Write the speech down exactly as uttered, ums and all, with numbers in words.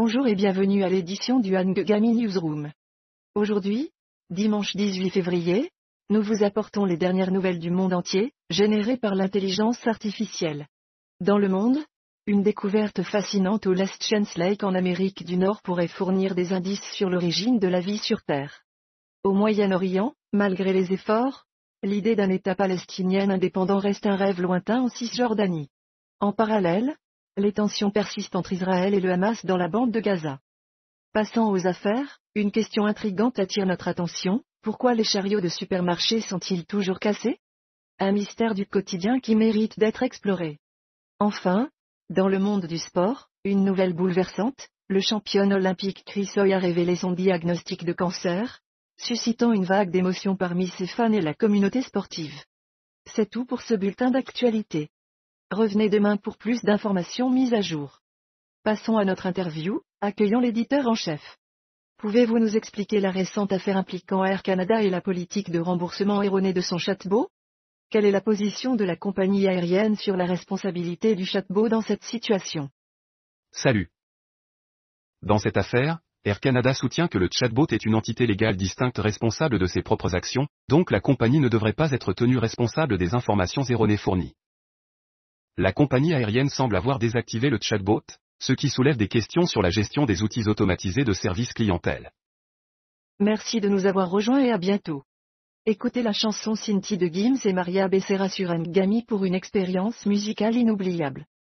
Bonjour et bienvenue à l'édition du Ngami Newsroom. Aujourd'hui, dimanche dix-huit février, nous vous apportons les dernières nouvelles du monde entier, générées par l'intelligence artificielle. Dans le monde, une découverte fascinante au Last Chance Lake en Amérique du Nord pourrait fournir des indices sur l'origine de la vie sur Terre. Au Moyen-Orient, malgré les efforts, l'idée d'un État palestinien indépendant reste un rêve lointain en Cisjordanie. En parallèle, les tensions persistent entre Israël et le Hamas dans la bande de Gaza. Passant aux affaires, une question intrigante attire notre attention: pourquoi les chariots de supermarché sont-ils toujours cassés? Un mystère du quotidien qui mérite d'être exploré. Enfin, dans le monde du sport, une nouvelle bouleversante: le championne olympique Chris Hoy a révélé son diagnostic de cancer, suscitant une vague d'émotions parmi ses fans et la communauté sportive. C'est tout pour ce bulletin d'actualité. Revenez demain pour plus d'informations mises à jour. Passons à notre interview, accueillons l'éditeur en chef. Pouvez-vous nous expliquer la récente affaire impliquant Air Canada et la politique de remboursement erroné de son chatbot? Quelle est la position de la compagnie aérienne sur la responsabilité du chatbot dans cette situation? Salut. Dans cette affaire, Air Canada soutient que le chatbot est une entité légale distincte responsable de ses propres actions, donc la compagnie ne devrait pas être tenue responsable des informations erronées fournies. La compagnie aérienne semble avoir désactivé le chatbot, ce qui soulève des questions sur la gestion des outils automatisés de service clientèle. Merci de nous avoir rejoints et à bientôt. Écoutez la chanson Cinti de Gims et Maria Becerra sur Ngami pour une expérience musicale inoubliable.